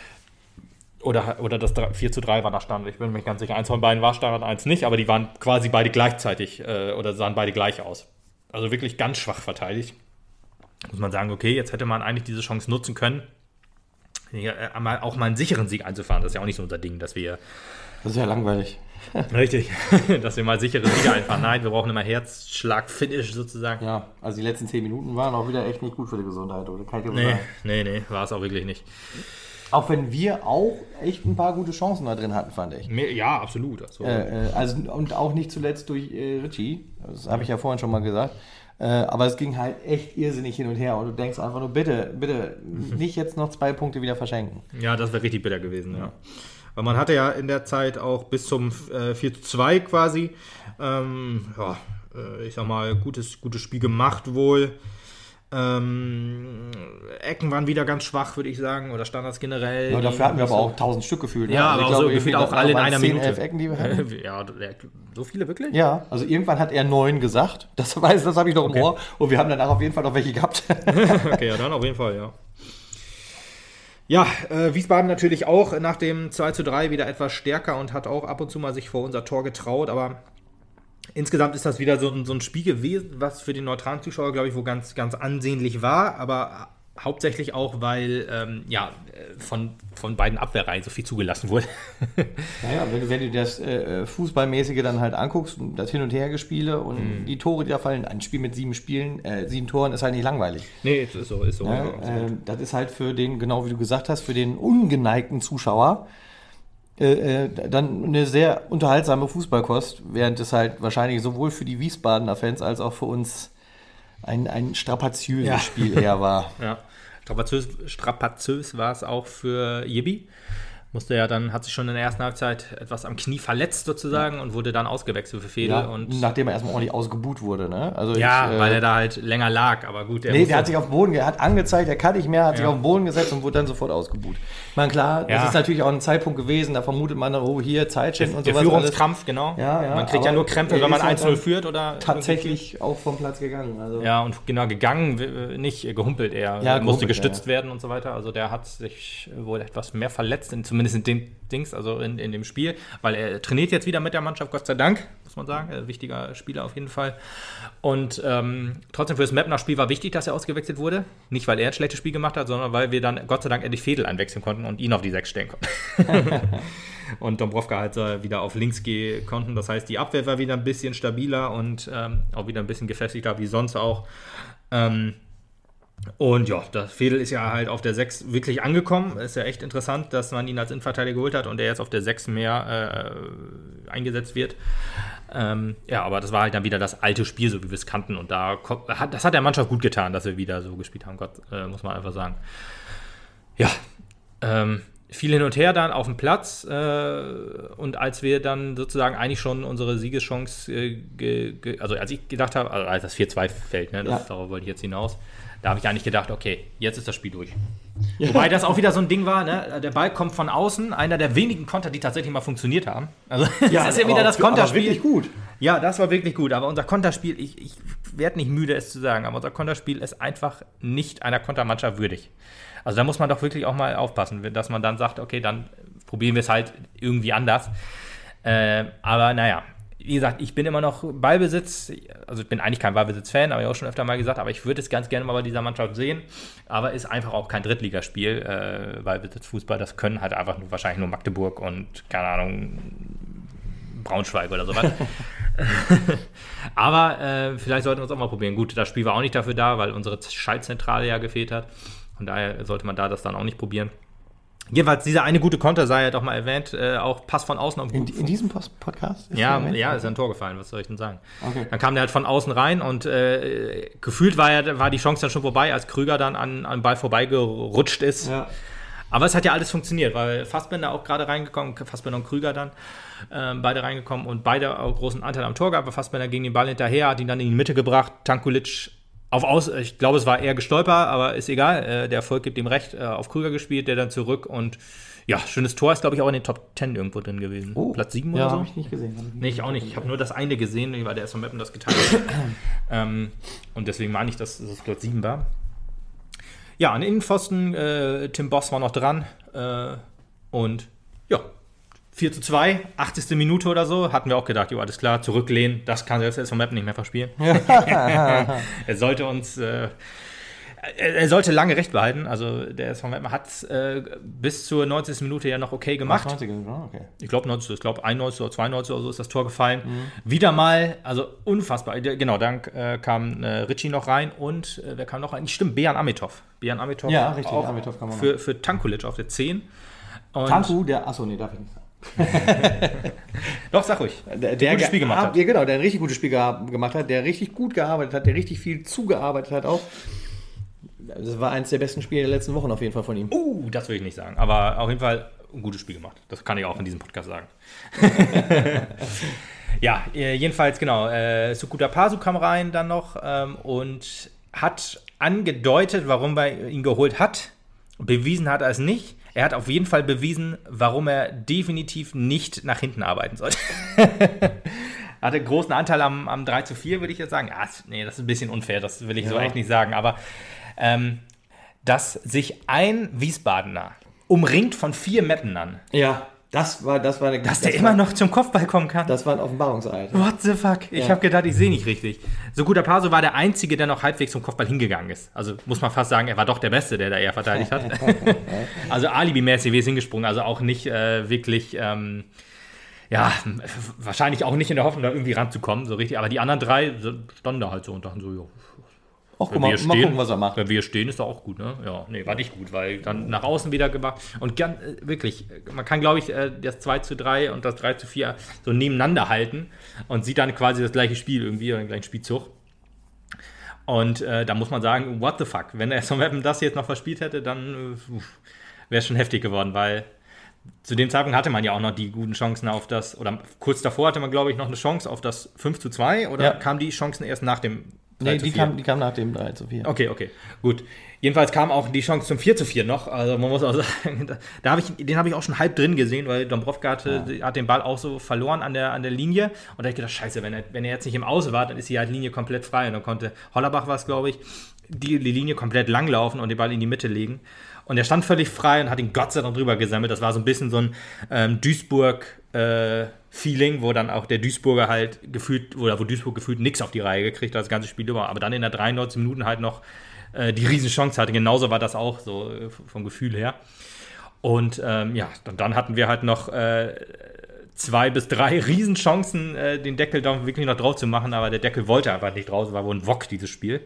Oder, oder das vier zu drei war nach Standard, ich bin mir ganz sicher, eins von beiden war Standard, eins nicht, aber die waren quasi beide gleichzeitig äh, oder sahen beide gleich aus. Also wirklich ganz schwach verteidigt. Muss man sagen, okay, jetzt hätte man eigentlich diese Chance nutzen können, ja, auch mal einen sicheren Sieg einzufahren. Das ist ja auch nicht so unser Ding, dass wir... Das ist ja langweilig. Richtig, dass wir mal sichere Siege einfahren. Nein, wir brauchen immer Herzschlag-Finish sozusagen. Ja, also die letzten zehn Minuten waren auch wieder echt nicht gut für die Gesundheit. Oder? Kann ich dir nee, sagen. nee, nee, war es auch wirklich nicht. Auch wenn wir auch echt ein paar gute Chancen da drin hatten, fand ich. Ja, absolut. Also, äh, also und auch nicht zuletzt durch äh, Richie. Das habe ich ja vorhin schon mal gesagt. Äh, aber es ging halt echt irrsinnig hin und her und du denkst einfach nur, bitte, bitte nicht jetzt noch zwei Punkte wieder verschenken. Ja, das wäre richtig bitter gewesen, ja. Weil man hatte ja in der Zeit auch bis zum äh, vier zu zwei quasi, ähm, ja, äh, ich sag mal, gutes, gutes Spiel gemacht wohl. Ähm, Ecken waren wieder ganz schwach, würde ich sagen, oder Standards generell. Ja, dafür hatten wir aber auch tausend Stück gefühlt. Ja, ne? Also aber auch so gefühlt auch alle in einer zehn, Minute. elf Ecken, die wir hatten. Ja, so viele wirklich? Ja, also irgendwann hat er neun gesagt. Das weiß, das habe ich noch im okay. Ohr. Und wir haben danach auf jeden Fall noch welche gehabt. Okay, ja, dann auf jeden Fall, ja. Ja, äh, Wiesbaden natürlich auch nach dem zwei zu drei wieder etwas stärker und hat auch ab und zu mal sich vor unser Tor getraut, aber insgesamt ist das wieder so ein, so ein Spiel gewesen, was für den neutralen Zuschauer, glaube ich, wo ganz, ganz ansehnlich war, aber hauptsächlich auch, weil ähm, ja, von, von beiden Abwehrreihen so viel zugelassen wurde. Naja, wenn du, wenn du das äh, Fußballmäßige dann halt anguckst, das Hin- und Hergespiele und mm. die Tore, die da fallen, ein Spiel mit sieben Spielen, äh, sieben Toren ist halt nicht langweilig. Nee, ist so, ist so. Ja, äh, das ist halt für den, genau wie du gesagt hast, für den ungeneigten Zuschauer Äh, äh, dann eine sehr unterhaltsame Fußballkost, während es halt wahrscheinlich sowohl für die Wiesbadener Fans als auch für uns ein, ein strapaziöses ja. Spiel eher war. Ja, strapaziös, strapaziös war es auch für Jibi. Musste ja dann, hat sich schon in der ersten Halbzeit etwas am Knie verletzt sozusagen ja. und wurde dann ausgewechselt für Fedel. Ja, und nachdem er erstmal ordentlich ausgebuht wurde, ne? Also ja, ich, weil äh, er da halt länger lag, aber gut. Der nee, der hat sich auf den Boden, er hat angezeigt, er kann nicht mehr, hat ja. sich auf den Boden gesetzt und wurde dann sofort ausgebuht. Ich meine, klar, das ja. ist natürlich auch ein Zeitpunkt gewesen, da vermutet man, oh, hier, Zeitschinden und der sowas. Der Führungskrampf, genau. Ja, ja, man kriegt ja nur Krämpfe, wenn man eins null führt oder... Tatsächlich auch vom Platz gegangen. Also. Ja, und genau, gegangen, nicht gehumpelt eher. Ja, er musste gehumpelt, gestützt ja. werden und so weiter. Also der hat sich wohl etwas mehr verletzt, in, zumindest in den Dings, also in, in dem Spiel, weil er trainiert jetzt wieder mit der Mannschaft, Gott sei Dank, muss man sagen. Ein wichtiger Spieler auf jeden Fall. Und ähm, trotzdem für das Mapner-Spiel war wichtig, dass er ausgewechselt wurde. Nicht, weil er ein schlechtes Spiel gemacht hat, sondern weil wir dann Gott sei Dank endlich Fedel einwechseln konnten und ihn auf die sechs stellen konnten. Und Dombrovka halt so wieder auf links gehen konnten. Das heißt, die Abwehr war wieder ein bisschen stabiler und ähm, auch wieder ein bisschen gefestigter wie sonst auch. Ähm, Und ja, das Fedel ist ja halt auf der sechs wirklich angekommen. Ist ja echt interessant, dass man ihn als Innenverteidiger geholt hat und er jetzt auf der sechs mehr äh, eingesetzt wird. Ähm, ja, aber das war halt dann wieder das alte Spiel, so wie wir es kannten. Und da hat, das hat der Mannschaft gut getan, dass wir wieder so gespielt haben. Gott, äh, muss man einfach sagen. Ja, ähm, viel hin und her dann auf dem Platz äh, und als wir dann sozusagen eigentlich schon unsere Siegeschance, äh, ge, ge, also als ich gedacht habe, also als das vier zwei fällt, ne, das, ja. darauf wollte ich jetzt hinaus, da habe ich eigentlich gedacht, okay, jetzt ist das Spiel durch. Ja. Wobei das auch wieder so ein Ding war, ne? Der Ball kommt von außen, einer der wenigen Konter, die tatsächlich mal funktioniert haben. Also ja, das ist ja wieder das Konterspiel. Aber wirklich gut. Ja, das war wirklich gut, aber unser Konterspiel, ich, ich werde nicht müde, es zu sagen, aber unser Konterspiel ist einfach nicht einer Kontermannschaft würdig. Also da muss man doch wirklich auch mal aufpassen, dass man dann sagt, okay, dann probieren wir es halt irgendwie anders. Äh, aber naja, wie gesagt, ich bin immer noch Ballbesitz, also ich bin eigentlich kein Ballbesitz-Fan, habe ich auch schon öfter mal gesagt, aber ich würde es ganz gerne mal bei dieser Mannschaft sehen, aber ist einfach auch kein Drittligaspiel, äh, Ballbesitz-Fußball, das können halt einfach nur, wahrscheinlich nur Magdeburg und, keine Ahnung, Braunschweig oder sowas. aber äh, vielleicht sollten wir es auch mal probieren. Gut, das Spiel war auch nicht dafür da, weil unsere Schaltzentrale ja gefehlt hat. Von daher sollte man da das dann auch nicht probieren. Jedenfalls, dieser eine gute Konter sei ja doch mal erwähnt, äh, auch Pass von außen. Auf in, in diesem Podcast? Ist ja, ja, ist ein Tor gefallen, was soll ich denn sagen? Okay. Dann kam der halt von außen rein und äh, gefühlt war, ja, war die Chance dann schon vorbei, als Krüger dann an, an den Ball vorbeigerutscht ist. Ja. Aber es hat ja alles funktioniert, weil Fassbender auch gerade reingekommen, Fassbender und Krüger dann, äh, beide reingekommen und beide auch großen Anteil am Tor gehabt, aber Fassbender ging den Ball hinterher, hat ihn dann in die Mitte gebracht, Tankulic auf Aus, ich glaube, es war eher gestolpert, aber ist egal. Äh, der Erfolg gibt ihm recht. Äh, auf Krüger gespielt, der dann zurück und ja, schönes Tor, ist glaube ich auch in den Top zehn irgendwo drin gewesen. Oh. Platz sieben ja, oder so? Ja, habe ich nicht gesehen. Ich nicht nee, ich auch nicht. Ich habe nur das eine gesehen, weil der S V Meppen das geteilt hat. ähm, und deswegen meine ich, dass es Platz sieben war. Ja, an Innenpfosten, äh, Tim Boss war noch dran äh, und ja, vier zu zwei, achtzigste Minute oder so, hatten wir auch gedacht, jo, alles klar, zurücklehnen, das kann selbst S V Meppen nicht mehr verspielen. er sollte uns, äh, er sollte lange Recht behalten, also der S V Meppen hat es äh, bis zur neunzigsten Minute ja noch okay gemacht. neunzig, okay. Ich glaube neunzig, ich glaube einundneunzig oder zweiundneunzig oder so ist das Tor gefallen. Mhm. Wieder mal, also unfassbar, genau, dann äh, kam äh, Ritchie noch rein und äh, wer kam noch rein? Stimmt, Bejan Amitov. Bejan Amitov. Ja, richtig, Amitov kam auch für, für Tankulic auf der zehn. Und Tanku, der, achso, nee, darf ich nicht sagen. Doch, sag ruhig. Der, der ein gutes Spiel gemacht hat. Ja, genau, der ein richtig gutes Spiel gemacht hat, der richtig gut gearbeitet hat, der richtig viel zugearbeitet hat auch. Das war eines der besten Spiele der letzten Wochen auf jeden Fall von ihm. Uh, das will ich nicht sagen. Aber auf jeden Fall ein gutes Spiel gemacht. Das kann ich auch in diesem Podcast sagen. Ja, jedenfalls, genau. Äh, Sukuta Pasu kam rein dann noch ähm, und hat angedeutet, warum er ihn geholt hat. Bewiesen hat er es nicht. Er hat auf jeden Fall bewiesen, warum er definitiv nicht nach hinten arbeiten sollte. Hatte großen Anteil am, am drei zu vier, würde ich jetzt sagen. Ja, nee, das ist ein bisschen unfair, das will ich ja so echt nicht sagen. Aber ähm, dass sich ein Wiesbadener umringt von vier Meppenern. Ja, das war, das war eine, dass der immer war, noch zum Kopfball kommen kann. Das war ein Offenbarungseid. What the fuck? Ich ja. habe gedacht, ich sehe nicht richtig. Sukuta Pasu war der Einzige, der noch halbwegs zum Kopfball hingegangen ist. Also muss man fast sagen, er war doch der Beste, der da eher verteidigt hat. Also alibimäßig wie es hingesprungen. Also auch nicht äh, wirklich, ähm, ja, wahrscheinlich auch nicht in der Hoffnung, da irgendwie ranzukommen, so richtig. Aber die anderen drei standen da halt so und dachten so, ja. Ach, guck mal, mal stehen, gucken, was er macht. Wenn wir stehen, ist doch auch gut, ne? Ja, nee, war nicht gut, weil dann nach außen wieder gemacht. Und ganz, äh, wirklich, man kann, glaube ich, äh, das zwei zu drei und das drei zu vier so nebeneinander halten und sieht dann quasi das gleiche Spiel irgendwie, oder den gleichen Spielzug. Und äh, da muss man sagen, what the fuck? Wenn der S V Meppen das jetzt noch verspielt hätte, dann äh, wäre es schon heftig geworden, weil zu dem Zeitpunkt hatte man ja auch noch die guten Chancen auf das, oder kurz davor hatte man, glaube ich, noch eine Chance auf das fünf zu zwei, oder ja. kamen die Chancen erst nach dem Nee, die kam, die kam nach dem drei zu vier. Okay, okay, gut. Jedenfalls kam auch die Chance zum vier zu vier noch. Also man muss auch sagen, da, da hab ich, den habe ich auch schon halb drin gesehen, weil Dombrovka hatte, ja. hat den Ball auch so verloren an der, an der Linie. Und da habe ich gedacht, scheiße, wenn er, wenn er jetzt nicht im Außen war, dann ist die halt Linie komplett frei. Und dann konnte Hollerbach, war es, glaube ich, die, die Linie komplett langlaufen und den Ball in die Mitte legen. Und er stand völlig frei und hat ihn Gott sei Dank drüber gesammelt. Das war so ein bisschen so ein ähm, Duisburg-Feeling, äh, wo dann auch der Duisburger halt gefühlt, oder wo Duisburg gefühlt nichts auf die Reihe gekriegt hat, das ganze Spiel über. Aber dann in der dreiundneunzig Minuten halt noch äh, die Riesenchance hatte. Genauso war das auch so äh, vom Gefühl her. Und ähm, ja, und dann hatten wir halt noch äh, zwei bis drei Riesenchancen, äh, den Deckel da wirklich noch drauf zu machen, aber der Deckel wollte einfach nicht draus, war wohl ein Wok, dieses Spiel.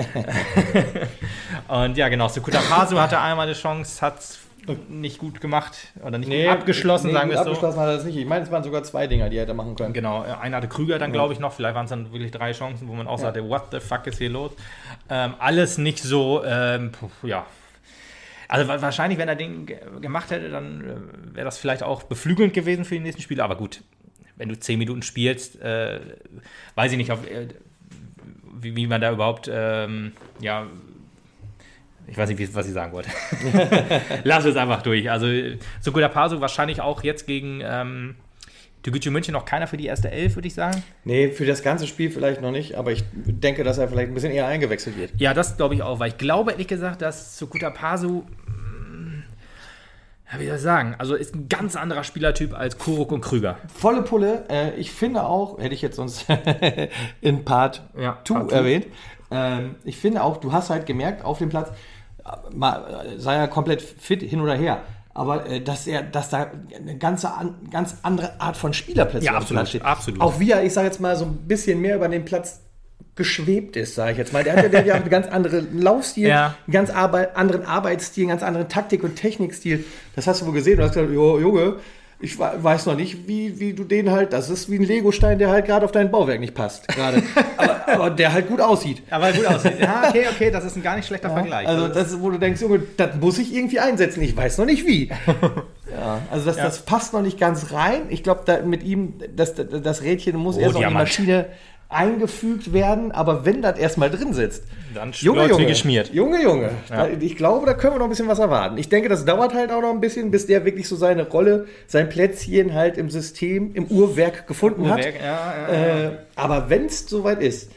Und ja, genau, Sukuta Pasu hatte einmal eine Chance, hat es nicht gut gemacht oder nicht nee, gut abgeschlossen, nee, sagen wir es so. Abgeschlossen hat er es nicht. Ich meine, es waren sogar zwei Dinger, die er hätte machen können. Genau, einer hatte Krüger dann, glaube ich, noch. Vielleicht waren es dann wirklich drei Chancen, wo man auch ja. sagte, what the fuck ist hier los? Ähm, alles nicht so, ähm, ja, Also wahrscheinlich, wenn er den ge- gemacht hätte, dann äh, wäre das vielleicht auch beflügelnd gewesen für die nächsten Spiele. Aber gut, wenn du zehn Minuten spielst, äh, weiß ich nicht, auf, äh, wie, wie man da überhaupt, ähm, ja, ich weiß nicht, wie, was ich sagen wollte. Lass es einfach durch. Also Suguta Pasu wahrscheinlich auch jetzt gegen ähm, Türkgücü München noch keiner für die erste Elf, würde ich sagen. Nee, für das ganze Spiel vielleicht noch nicht, aber ich denke, dass er vielleicht ein bisschen eher eingewechselt wird. Ja, das glaube ich auch, weil ich glaube ehrlich gesagt, dass Suguta Pasu, ja, wie soll ich sagen, also ist ein ganz anderer Spielertyp als Kuruk und Krüger. Volle Pulle. Äh, ich finde auch, hätte ich jetzt sonst in Part Ja, zwei Part two. erwähnt, ähm, ich finde auch, du hast halt gemerkt auf dem Platz, äh, mal, äh, sei er komplett fit hin oder her, aber äh, dass er, dass da eine ganze an, ganz andere Art von Spieler plötzlich Ja, auf dem absolut, Platz steht. absolut. Auch wie er, ich sage jetzt mal, so ein bisschen mehr über den Platz geschwebt ist, sage ich jetzt mal. Der hat ja, der hat ja einen ganz anderen Laufstil, Ja. einen ganz Arbeit, anderen Arbeitsstil, einen ganz anderen Taktik- und Technikstil. Das hast du wohl gesehen. Du hast gesagt, jo, Junge, ich we- weiß noch nicht, wie, wie du den halt, das ist wie ein Legostein, der halt gerade auf dein Bauwerk nicht passt. Gerade. aber, aber der halt gut aussieht. Aber gut aussieht. Ja, okay, okay, das ist ein gar nicht schlechter Vergleich. Also das ist, wo du denkst, Junge, das muss ich irgendwie einsetzen. Ich weiß noch nicht wie. Ja, also das, Ja. das passt noch nicht ganz rein. Ich glaube, da mit ihm, das, das Rädchen muss Oh, erst noch in die Diamant. Maschine eingefügt werden. Aber wenn das erstmal drin sitzt, Dann Junge, läuft's wie Junge, geschmiert. Junge, Junge. Ja. Da, ich glaube, da können wir noch ein bisschen was erwarten. Ich denke, das dauert halt auch noch ein bisschen, bis der wirklich so seine Rolle, sein Plätzchen halt im System, im Uhrwerk gefunden hat. Uhrwerk, ja, ja, ja. Äh, aber wenn es soweit ist,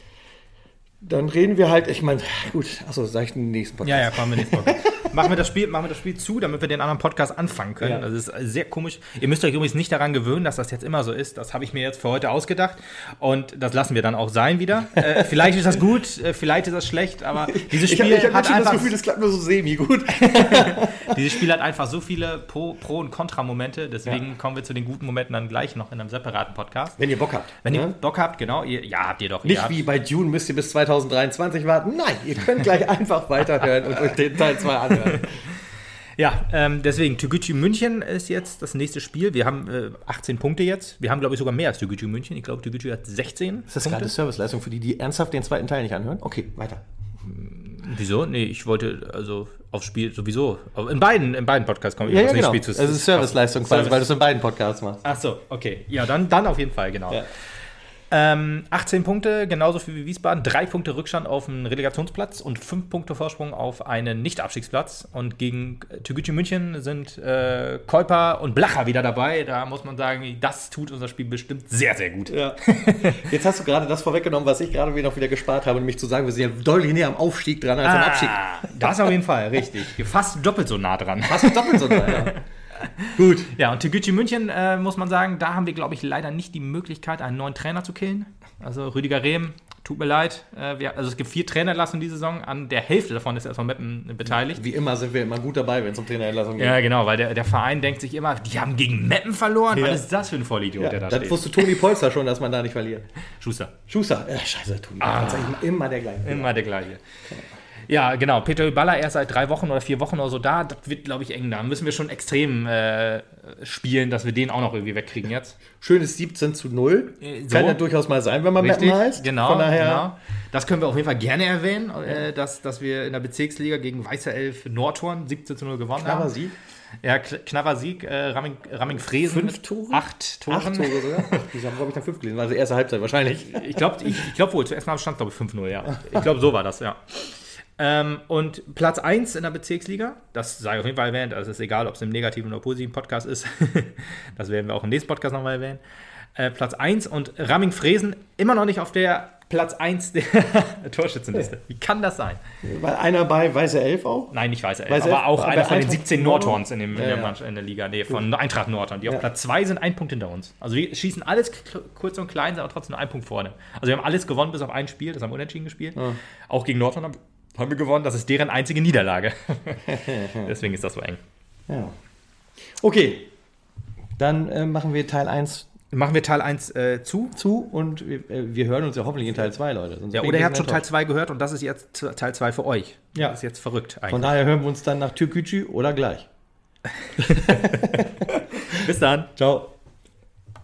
dann reden wir halt, ich meine, gut, achso, sag ich den nächsten Podcast. Ja, ja, kommen wir nicht. machen, wir das Spiel, machen wir das Spiel zu, damit wir den anderen Podcast anfangen können. Ja. Das ist sehr komisch. Ihr müsst euch übrigens nicht daran gewöhnen, dass das jetzt immer so ist. Das habe ich mir jetzt für heute ausgedacht. Und das lassen wir dann auch sein wieder. Äh, vielleicht ist das gut, äh, vielleicht ist das schlecht, aber dieses Ich Spiel habe ich hab hat jetzt schon das einfach... Gefühl, das klappt nur so semi-gut. Dieses Spiel hat einfach so viele Pro-, Pro und Kontra-Momente, deswegen Ja. kommen wir zu den guten Momenten dann gleich noch in einem separaten Podcast. Wenn ihr Bock habt. Wenn ihr ne? Bock habt, genau, ihr, ja, habt ihr doch. ihr Nicht habt, wie bei Dune müsst ihr bis zwanzig dreiundzwanzig warten. Nein, ihr könnt gleich einfach weiterhören und euch den Teil zwei anhören. Ja, ähm, deswegen, Türkgücü München ist jetzt das nächste Spiel. Wir haben äh, achtzehn Punkte jetzt. Wir haben, glaube ich, sogar mehr als Türkgücü München. Ich glaube, Türkgücü hat sechzehn Ist das Punkte. gerade Serviceleistung für die, die ernsthaft den zweiten Teil nicht anhören? Okay, weiter. Wieso? Nee, ich wollte also aufs Spiel sowieso. In beiden, in beiden Podcasts kommen Ja, ja, aufs genau. Spiel zu. Also Serviceleistung quasi, Service. weil du es in beiden Podcasts machst. Ach so, okay. Ja, dann, dann auf jeden Fall, genau. Ja. Ähm, achtzehn Punkte, genauso viel wie Wiesbaden, drei Punkte Rückstand auf einen Relegationsplatz und fünf Punkte Vorsprung auf einen Nicht-Abstiegsplatz. Und gegen Türkgücü München sind äh, Kuiper und Blacher wieder dabei. Da muss man sagen, das tut unser Spiel bestimmt sehr, sehr gut. Ja. Jetzt hast du gerade das vorweggenommen, was ich gerade noch wieder gespart habe, nämlich zu sagen, wir sind ja deutlich näher am Aufstieg dran als am Abstieg. Ah, das auf jeden Fall, richtig. Fast doppelt so nah dran. Fast doppelt so nah, ja. Gut. Ja, und Türkgücü München, äh, muss man sagen, da haben wir, glaube ich, leider nicht die Möglichkeit, einen neuen Trainer zu killen. Also Rüdiger Rehm, tut mir leid. Äh, wir, also es gibt vier Trainerentlassungen diese Saison. An der Hälfte davon ist erstmal Meppen beteiligt. Wie immer sind wir immer gut dabei, wenn es um Trainerentlassung geht. Ja, genau, weil der, der Verein denkt sich immer, die haben gegen Meppen verloren. Ja. Was ist das für ein Vollidiot, Ja, der da das steht? wusste Toni Polster schon, dass man da nicht verliert. Schuster. Schuster. Äh, scheiße, Toni. Ah. Das ist eigentlich immer der gleiche. Immer der gleiche. Ja, genau. Peter Hyballa erst seit drei Wochen oder vier Wochen oder so da. Das wird, glaube ich, eng. Da müssen wir schon extrem äh, spielen, dass wir den auch noch irgendwie wegkriegen jetzt. Schönes siebzehn zu null. Äh, so. Kann ja durchaus mal sein, wenn man Richtig, Meppen heißt. genau, Von daher, genau. Das können wir auf jeden Fall gerne erwähnen, äh, dass, dass wir in der Bezirksliga gegen Weißer Elf Nordhorn siebzehn zu null gewonnen knapper haben. Sieg. Ja, kn- knapper Sieg. Äh, Ramming, Ramming Fresen. Fünf mit Tore? Acht Toren. Acht Tore sogar. Ich habe, glaube ich, dann fünf gelesen. Also erste Halbzeit wahrscheinlich. Ich glaube ich, ich glaub wohl, zuerst mal stand es, glaube ich, fünf null, ja. Ich glaube, so war das, ja. Ähm, und Platz eins in der Bezirksliga, das sei auf jeden Fall erwähnt, also es ist egal, ob es im negativen oder positiven Podcast ist, das werden wir auch im nächsten Podcast nochmal erwähnen. Äh, Platz eins und Ramming-Fresen immer noch nicht auf der Platz eins der Torschützenliste. Wie kann das sein? Weil einer bei Weiße Elf auch. Nein, nicht Weißer Elf, Weißer aber Elf? auch Aber einer von den Eintracht siebzehn Nordhorn? Nordhorns in, dem, in, Ja, der, ja. Mannschaft, in der Liga, nee, von Eintracht Nordhorn. Die auf Ja. Platz zwei sind ein Punkt hinter uns. Also wir schießen alles k- kurz und klein, sind aber trotzdem nur ein Punkt vorne. Also wir haben alles gewonnen, bis auf ein Spiel, das haben wir unentschieden gespielt. Ja. Auch gegen Nordhorn haben, haben wir gewonnen, das ist deren einzige Niederlage. Deswegen ist das so eng. Ja. Okay, dann äh, machen wir Teil eins Machen wir Teil eins äh, zu. zu und wir, äh, wir hören uns ja hoffentlich in Teil zwei, Leute. Sonst Ja, bin oder ich ihr habt schon ein bisschen Teil zwei gehört und das ist jetzt Teil zwei für euch. Ja. Das ist jetzt verrückt enttäuscht. Von eigentlich. daher hören wir uns dann nach Türkgücü oder gleich. Bis dann. Ciao.